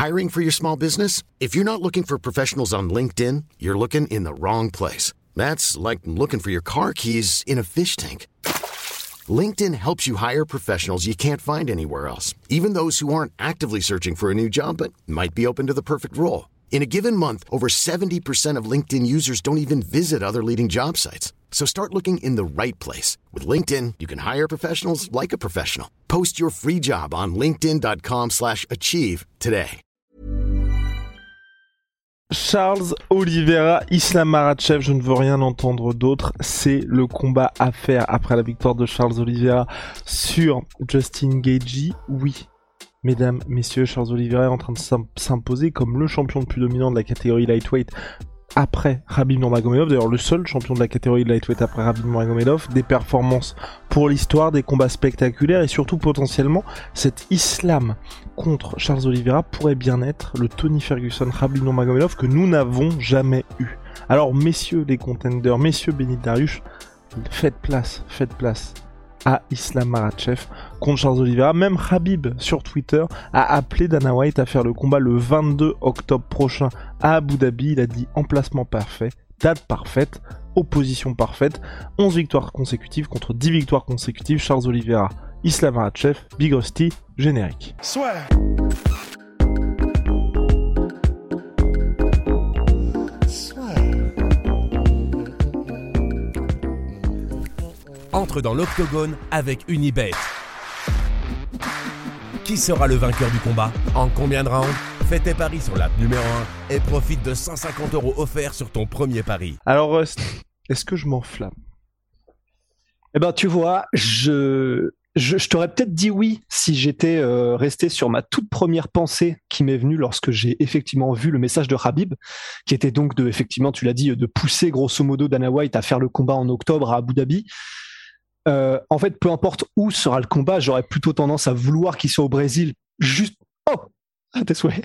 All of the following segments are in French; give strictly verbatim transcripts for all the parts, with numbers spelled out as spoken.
Hiring for your small business? If you're not looking for professionals on LinkedIn, you're looking in the wrong place. That's like looking for your car keys in a fish tank. LinkedIn helps you hire professionals you can't find anywhere else, even those who aren't actively searching for a new job but might be open to the perfect role. In a given month, over seventy percent of LinkedIn users don't even visit other leading job sites. So start looking in the right place. With LinkedIn, you can hire professionals like a professional. Post your free job on linkedin.com slash achieve today. Charles Oliveira, Islam Makhachev, je ne veux rien entendre d'autre, c'est le combat à faire après la victoire de Charles Oliveira sur Justin Gaethje. Oui, mesdames, messieurs, Charles Oliveira est en train de s'imposer comme le champion le plus dominant de la catégorie lightweight après Khabib Nurmagomedov, d'ailleurs le seul champion de la catégorie de lightweight après Khabib Nurmagomedov, des performances pour l'histoire, des combats spectaculaires et surtout potentiellement cet Islam contre Charles Oliveira pourrait bien être le Tony Ferguson Khabib Nurmagomedov que nous n'avons jamais eu. Alors messieurs les contenders, messieurs Beneil Dariush, faites place, faites place à Islam Makhachev contre Charles Oliveira. Même Khabib sur Twitter a appelé Dana White à faire le combat le vingt-deux octobre prochain à Abu Dhabi. Il a dit emplacement parfait, date parfaite, opposition parfaite, onze victoires consécutives contre dix victoires consécutives. Charles Oliveira, Islam Makhachev, Big Rusty, générique. Soit. Entre dans l'octogone avec Unibet. Qui sera le vainqueur du combat? En combien de rounds? Fais tes paris sur l'app numéro un et profite de cent cinquante euros offerts sur ton premier pari. Alors, est-ce que je m'enflamme? Eh ben, tu vois, je, je, je t'aurais peut-être dit oui si j'étais euh, resté sur ma toute première pensée qui m'est venue lorsque j'ai effectivement vu le message de Khabib, qui était donc de, effectivement, tu l'as dit, de pousser grosso modo Dana White à faire le combat en octobre à Abu Dhabi. Euh, en fait, peu importe où sera le combat, j'aurais plutôt tendance à vouloir qu'il soit au Brésil, juste, oh, à tes souhaits,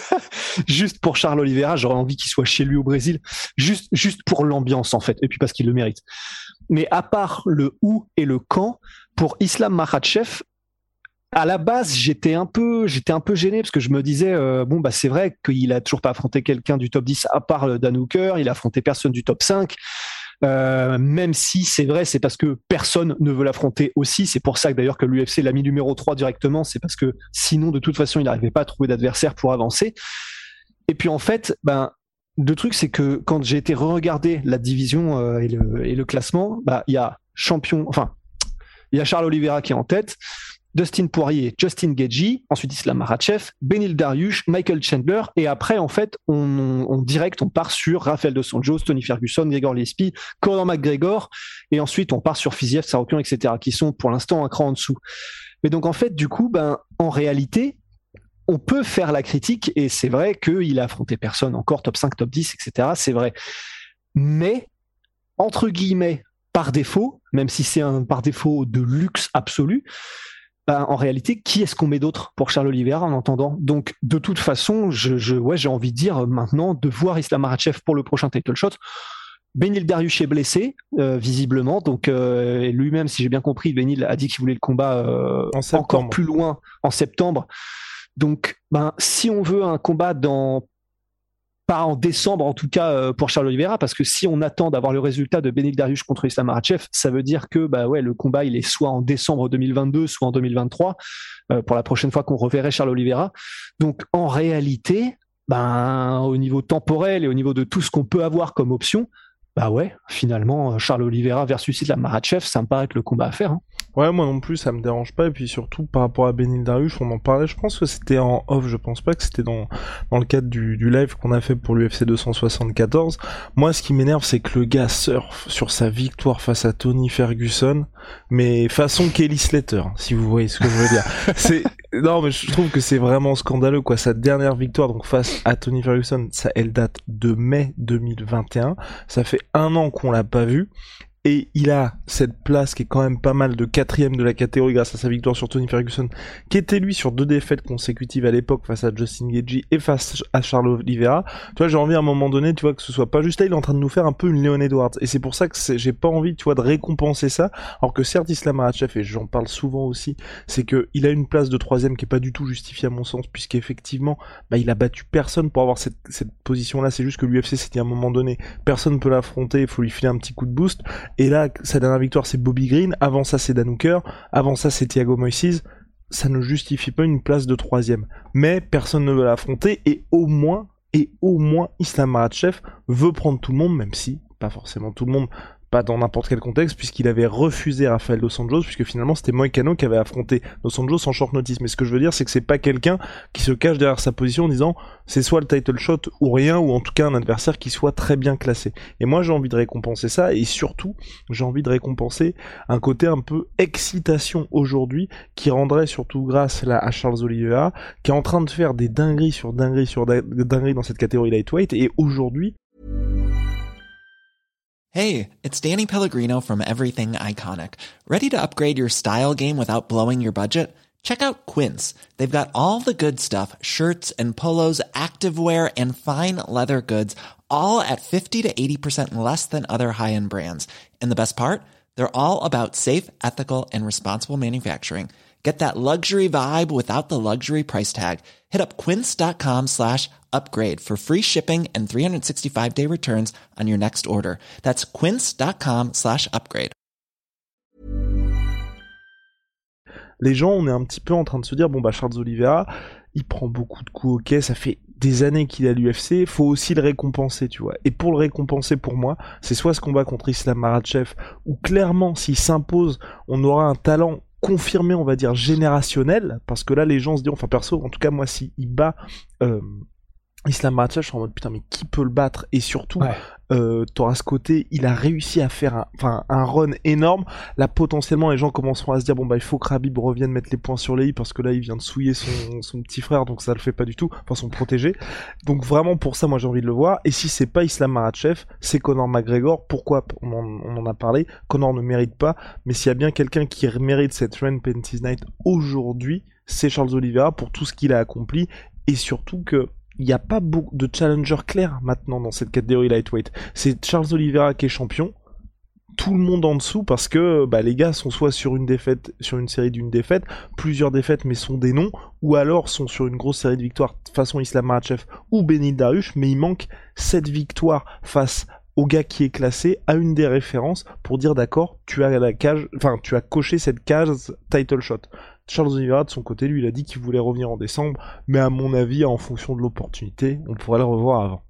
juste pour Charles Oliveira, j'aurais envie qu'il soit chez lui au Brésil, juste, juste pour l'ambiance en fait, et puis parce qu'il le mérite. Mais à part le où et le quand, pour Islam Makhachev, à la base, j'étais un peu, j'étais un peu gêné parce que je me disais, euh, bon bah c'est vrai qu'il a toujours pas affronté quelqu'un du top dix à part Dan Hooker, il a affronté personne du top cinq. Euh, même si c'est vrai, c'est parce que personne ne veut l'affronter aussi. C'est pour ça que d'ailleurs que l'U F C l'a mis numéro trois directement. C'est parce que sinon, de toute façon, il n'arrivait pas à trouver d'adversaire pour avancer. Et puis en fait, ben, le truc, c'est que quand j'ai été re-regarder la division euh, et, le, et le classement, bah, il y a champion, enfin, il y a Charles Oliveira qui est en tête, Dustin Poirier, Justin Gaethje, ensuite Islam Makhachev, Beneil Dariush, Michael Chandler, et après, en fait, on, on, on direct, on part sur Rafael Dos Anjos, Tony Ferguson, Gregor Gillespie, Conor McGregor, et ensuite, on part sur Fiziev, Tsarukyan, et cetera, qui sont pour l'instant un cran en dessous. Mais donc, en fait, du coup, ben, en réalité, on peut faire la critique, et c'est vrai qu'il a affronté personne encore, top cinq, top dix, et cetera, c'est vrai. Mais, entre guillemets, par défaut, même si c'est un par défaut de luxe absolu, ben, en réalité, qui est-ce qu'on met d'autre pour Charles Oliveira en entendant? Donc, de toute façon, je, je, ouais, j'ai envie de dire maintenant de voir Islam Makhachev pour le prochain title shot. Beneil Dariush est blessé, euh, visiblement. Donc, euh, lui-même, si j'ai bien compris, Beneil a dit qu'il voulait le combat euh, encore plus loin en septembre. Donc, ben, si on veut un combat dans pas en décembre en tout cas euh, pour Charles Oliveira, parce que si on attend d'avoir le résultat de Beneil Dariush contre Islam Makhachev, ça veut dire que bah ouais, le combat il est soit en décembre deux mille vingt-deux, soit en deux mille vingt-trois, euh, pour la prochaine fois qu'on reverrait Charles Oliveira. Donc en réalité, ben, au niveau temporel et au niveau de tout ce qu'on peut avoir comme option, bah ouais, finalement, Charles Oliveira versus Islam Makhachev, ça me paraît être le combat à faire. Hein. Ouais, moi non plus, ça me dérange pas. Et puis surtout, par rapport à Beneil Dariush, on en parlait, je pense que c'était en off, je pense pas que c'était dans, dans le cadre du, du live qu'on a fait pour l'U F C deux cent soixante-quatorze. Moi, ce qui m'énerve, c'est que le gars surfe sur sa victoire face à Tony Ferguson, mais façon Kelly Slater, si vous voyez ce que je veux dire. C'est, non, mais je trouve que c'est vraiment scandaleux, quoi. Sa dernière victoire, donc face à Tony Ferguson, ça, elle date de mai deux mille vingt et un. Ça fait un an qu'on l'a pas vu. et il a cette place qui est quand même pas mal de quatrième de la catégorie grâce à sa victoire sur Tony Ferguson, qui était lui sur deux défaites consécutives à l'époque face à Justin Gaethje et face à Charles Oliveira. Tu vois, j'ai envie à un moment donné, tu vois, que ce soit pas juste là, il est en train de nous faire un peu une Leon Edwards, et c'est pour ça que c'est, j'ai pas envie, tu vois, de récompenser ça, alors que certes Islam Makhachev, et j'en parle souvent aussi, c'est que il a une place de troisième qui est pas du tout justifiée à mon sens, puisqu'effectivement, bah, il a battu personne pour avoir cette, cette position-là, c'est juste que l'U F C s'est dit à un moment donné, personne peut l'affronter, il faut lui filer un petit coup de boost. Et là, sa dernière victoire, c'est Bobby Green. Avant ça, c'est Dan Hooker. Avant ça, c'est Thiago Moises. Ça ne justifie pas une place de troisième. Mais personne ne veut l'affronter. Et au moins, et au moins, Islam Makhachev veut prendre tout le monde, même si, pas forcément tout le monde, pas dans n'importe quel contexte, puisqu'il avait refusé Rafael Dos Anjos, puisque finalement c'était Moïcano qui avait affronté Dos Anjos en short notice. Mais ce que je veux dire, c'est que c'est pas quelqu'un qui se cache derrière sa position en disant c'est soit le title shot ou rien, ou en tout cas un adversaire qui soit très bien classé. Et moi j'ai envie de récompenser ça, et surtout j'ai envie de récompenser un côté un peu excitation aujourd'hui, qui rendrait surtout grâce là à Charles Oliveira, qui est en train de faire des dingueries sur dingueries sur dingueries dans cette catégorie lightweight, et aujourd'hui. Hey, it's Danny Pellegrino from Everything Iconic. Ready to upgrade your style game without blowing your budget? Check out Quince. They've got all the good stuff, shirts and polos, activewear, and fine leather goods, all at fifty to eighty percent less than other high-end brands. And the best part? They're all about safe, ethical, and responsible manufacturing. Get that luxury vibe without the luxury price tag. Hit up quince.com slash upgrade for free shipping and three sixty-five day returns on your next order. That's quince.com slash upgrade. Les gens, on est un petit peu en train de se dire, bon bah Charles Oliveira, il prend beaucoup de coups, ok, ça fait des années qu'il est à l'U F C, faut aussi le récompenser, tu vois. Et pour le récompenser, pour moi, c'est soit ce combat contre Islam Makhachev, où clairement, s'il s'impose, on aura un talent confirmé, on va dire, générationnel, parce que là, les gens se disent, enfin perso, en tout cas, moi, s'il bat euh, Islam Makhachev, je suis en mode, putain, mais qui peut le battre? Et surtout, ouais. euh, t'auras ce côté, il a réussi à faire un, enfin, un run énorme. Là, potentiellement, les gens commenceront à se dire, bon, bah, il faut que Khabib revienne mettre les points sur les i, parce que là, il vient de souiller son, son petit frère, donc ça le fait pas du tout, enfin, son protégé. Donc, vraiment, pour ça, moi, j'ai envie de le voir. Et si c'est pas Islam Makhachev, c'est Conor McGregor. Pourquoi? On en, on en a parlé. Conor ne mérite pas, mais s'il y a bien quelqu'un qui mérite cette Run Pentis Night aujourd'hui, c'est Charles Oliveira, pour tout ce qu'il a accompli, et surtout que, il n'y a pas beaucoup de challengers clairs maintenant dans cette catégorie lightweight. C'est Charles Oliveira qui est champion, tout le monde en dessous, parce que bah, les gars sont soit sur une défaite, sur une série d'une défaite, plusieurs défaites mais sont des noms, ou alors sont sur une grosse série de victoires façon Islam Makhachev ou Benil Dariush, mais il manque cette victoire face au gars qui est classé à une des références pour dire d'accord, tu as la cage, enfin tu as coché cette case title shot. Charles Oliveira, de son côté, lui, il a dit qu'il voulait revenir en décembre, mais à mon avis, en fonction de l'opportunité, on pourrait le revoir avant.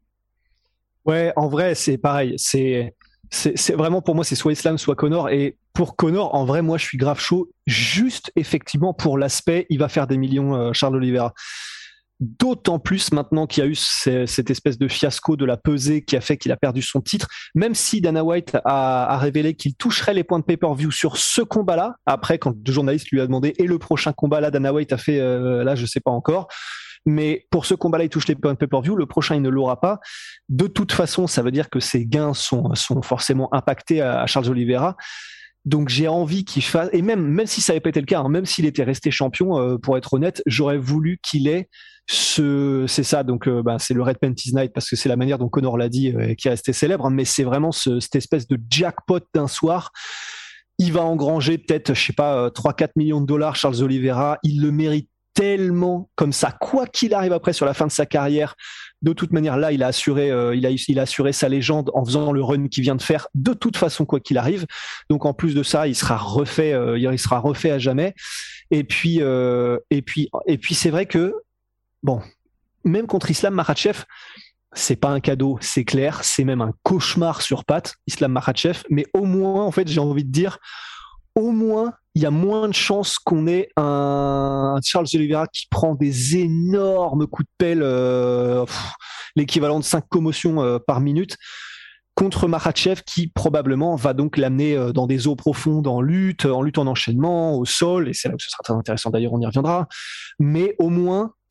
Ouais, en vrai, c'est pareil. C'est, c'est, c'est vraiment pour moi, c'est soit Islam, soit Conor. Et pour Conor, en vrai, moi, je suis grave chaud. Juste, effectivement, pour l'aspect, il va faire des millions, euh, Charles Oliveira. D'autant plus maintenant qu'il y a eu cette espèce de fiasco de la pesée qui a fait qu'il a perdu son titre, même si Dana White a, a révélé qu'il toucherait les points de pay-per-view sur ce combat-là. Après, quand le journaliste lui a demandé et le prochain combat, là, Dana White a fait, euh, là, je sais pas encore. Mais pour ce combat-là, il touche les points de pay-per-view. Le prochain, il ne l'aura pas. De toute façon, ça veut dire que ses gains sont, sont forcément impactés à, à Charles Oliveira. Donc j'ai envie qu'il fasse, et même même si ça n'avait pas été le cas, hein, même s'il était resté champion, euh, pour être honnête, j'aurais voulu qu'il ait ce, c'est ça, donc euh, bah, c'est le Red Panties Night parce que c'est la manière dont Conor l'a dit, euh, qui est resté célèbre, hein, mais c'est vraiment ce, cette espèce de jackpot d'un soir. Il va engranger peut-être, je sais pas, trois quatre millions de dollars, Charles Oliveira, il le mérite tellement comme ça, quoi qu'il arrive après sur la fin de sa carrière. De toute manière, là, il a assuré, euh, il a, il a assuré sa légende en faisant le run qu'il vient de faire. De toute façon, quoi qu'il arrive. Donc, en plus de ça, il sera refait, euh, il sera refait à jamais. Et puis, euh, et puis, et puis, c'est vrai que, bon, même contre Islam Makhachev, c'est pas un cadeau, c'est clair, c'est même un cauchemar sur pattes, Islam Makhachev. Mais au moins, en fait, j'ai envie de dire, au moins, il y a moins de chances qu'on ait un Charles Oliveira qui prend des énormes coups de pelle, euh, pff, l'équivalent de cinq commotions euh, par minute, contre Makhachev qui probablement va donc l'amener euh, dans des eaux profondes en lutte, en lutte en enchaînement, au sol, et c'est là où ce sera très intéressant d'ailleurs, on y reviendra. Mais au moins,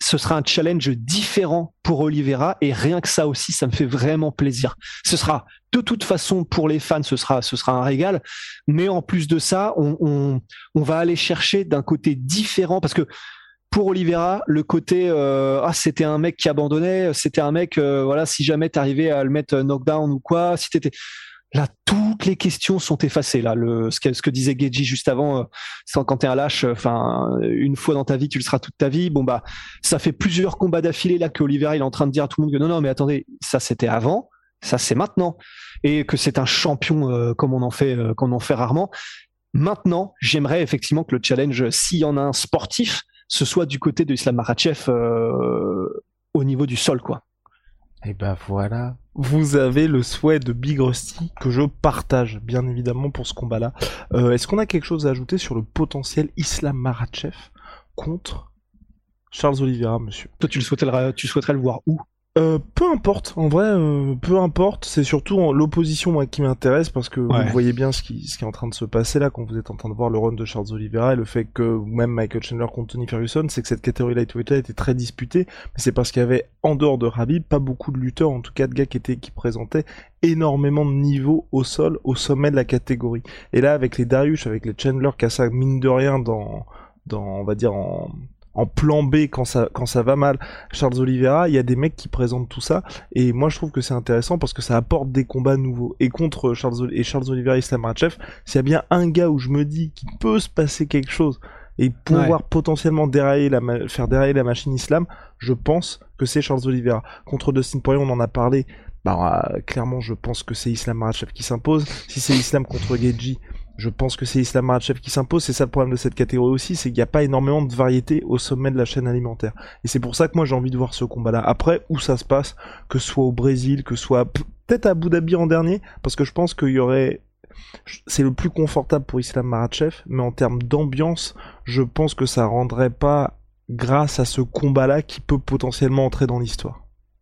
ce sera un challenge différent pour Oliveira et rien que ça aussi, ça me fait vraiment plaisir. Ce sera de toute façon pour les fans, ce sera, ce sera un régal. Mais en plus de ça, on, on, on va aller chercher d'un côté différent parce que pour Oliveira, le côté euh, ah c'était un mec qui abandonnait, c'était un mec euh, voilà si jamais t'arrivais à le mettre knockdown ou quoi, si t'étais là toutes les questions sont effacées là. Le ce que, ce que disait Geji juste avant, euh, quand t'es un lâche, enfin euh, une fois dans ta vie tu le seras toute ta vie. Bon bah ça fait plusieurs combats d'affilée là que Oliveira il est en train de dire à tout le monde que non non mais attendez ça c'était avant, ça c'est maintenant et que c'est un champion euh, comme on en fait euh, comme on en fait rarement. Maintenant j'aimerais effectivement que le challenge s'il y en a un sportif ce soit du côté de Islam Makhachev euh, au niveau du sol, quoi. Et ben voilà, vous avez le souhait de Big Rusty que je partage, bien évidemment, pour ce combat-là. Euh, est-ce qu'on a quelque chose à ajouter sur le potentiel Islam Makhachev contre Charles Oliveira, monsieur? Toi, tu, le souhaiterais, tu souhaiterais le voir où? Euh, peu importe, en vrai, euh, peu importe. C'est surtout en, l'opposition moi qui m'intéresse parce que ouais. Vous voyez bien ce qui, ce qui est en train de se passer là quand vous êtes en train de voir le run de Charles Oliveira et le fait que même Michael Chandler contre Tony Ferguson, c'est que cette catégorie lightweight a été très disputée, mais c'est parce qu'il y avait en dehors de Khabib pas beaucoup de lutteurs, en tout cas de gars qui étaient qui présentaient énormément de niveau au sol, au sommet de la catégorie. Et là avec les Dariush, avec les Chandler, qui a ça mine de rien dans, dans on va dire en en plan B quand ça quand ça va mal, Charles Oliveira, il y a des mecs qui présentent tout ça et moi je trouve que c'est intéressant parce que ça apporte des combats nouveaux. Et contre Charles et Charles Oliveira et Islam Makhachev, s'il y a bien un gars où je me dis qu'il peut se passer quelque chose et pouvoir ouais. potentiellement dérailler la ma- faire dérailler la machine Islam, je pense que c'est Charles Oliveira. Contre Dustin Poirier, on en a parlé. Bah euh, clairement, je pense que c'est Islam Makhachev qui s'impose. Si c'est Islam contre Geji, je pense que c'est Islam Makhachev qui s'impose. C'est ça le problème de cette catégorie aussi, c'est qu'il n'y a pas énormément de variété au sommet de la chaîne alimentaire. Et c'est pour ça que moi j'ai envie de voir ce combat-là. Après, où ça se passe, que ce soit au Brésil, que ce soit peut-être à Abu Dhabi en dernier, parce que je pense qu'il y aurait... C'est le plus confortable pour Islam Makhachev, mais en termes d'ambiance, je pense que ça rendrait pas grâce à ce combat-là qui peut potentiellement entrer dans l'histoire.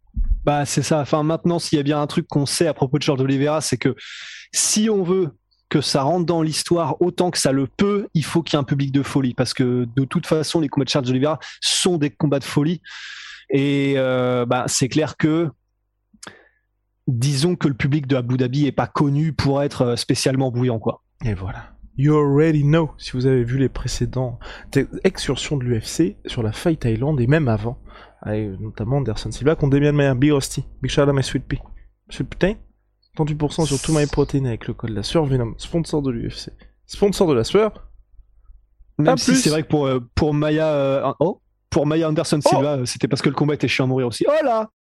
Bah c'est ça. Enfin maintenant, s'il y a bien un truc qu'on sait à propos de Charles Oliveira, c'est que si on veut que ça rentre dans l'histoire autant que ça le peut, il faut qu'il y ait un public de folie, parce que de toute façon, les combats de Charles Oliveira sont des combats de folie. Et euh, bah c'est clair que disons que le public de Abu Dhabi est pas connu pour être spécialement bouillant, quoi. Et voilà. You already know, si vous avez vu les précédents excursions de l'U F C sur la Fight Island et même avant, avec notamment Anderson Silva contre Demian Maia, Big Rusty, Big shout out à my sweet pea. Sweet putain, trente-huit pour cent sur tout my protein avec le code la sueur Venom, sponsor de l'U F C, sponsor de la sueur. Même si c'est vrai que pour, pour Maia, euh, oh, pour Maia Anderson Silva, oh. C'était parce que le combat était chiant à mourir aussi. Oh là!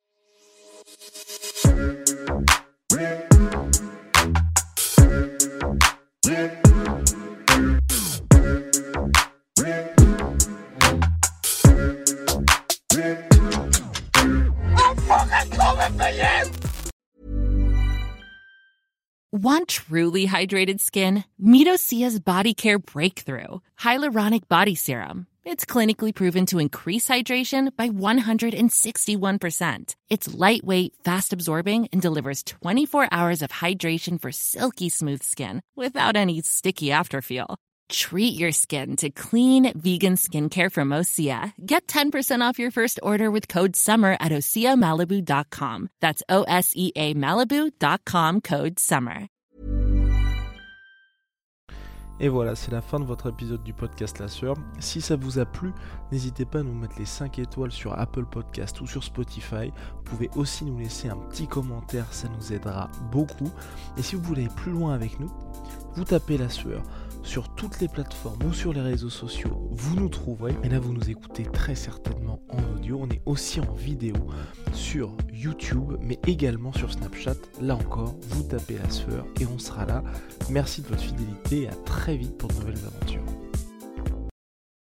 Want truly hydrated skin? Meet Osea's Body Care Breakthrough Hyaluronic Body Serum. It's clinically proven to increase hydration by one hundred sixty-one percent. It's lightweight, fast-absorbing, and delivers twenty-four hours of hydration for silky smooth skin without any sticky afterfeel. Treat your skin to clean, vegan skincare from Osea. Get ten percent off your first order with code SUMMER at osea malibu dot com. That's O S E A Malibu dot com, code SUMMER. Et voilà, c'est la fin de votre épisode du podcast La Sueur. Si ça vous a plu, n'hésitez pas à nous mettre les cinq étoiles sur Apple Podcast ou sur Spotify. Vous pouvez aussi nous laisser un petit commentaire, ça nous aidera beaucoup. Et si vous voulez aller plus loin avec nous, vous tapez La Sueur sur toutes les plateformes ou sur les réseaux sociaux, vous nous trouverez. Et là, vous nous écoutez très certainement en audio. On est aussi en vidéo sur YouTube, mais également sur Snapchat. Là encore, vous tapez La Sueur et on sera là. Merci de votre fidélité et à très vite pour de nouvelles aventures.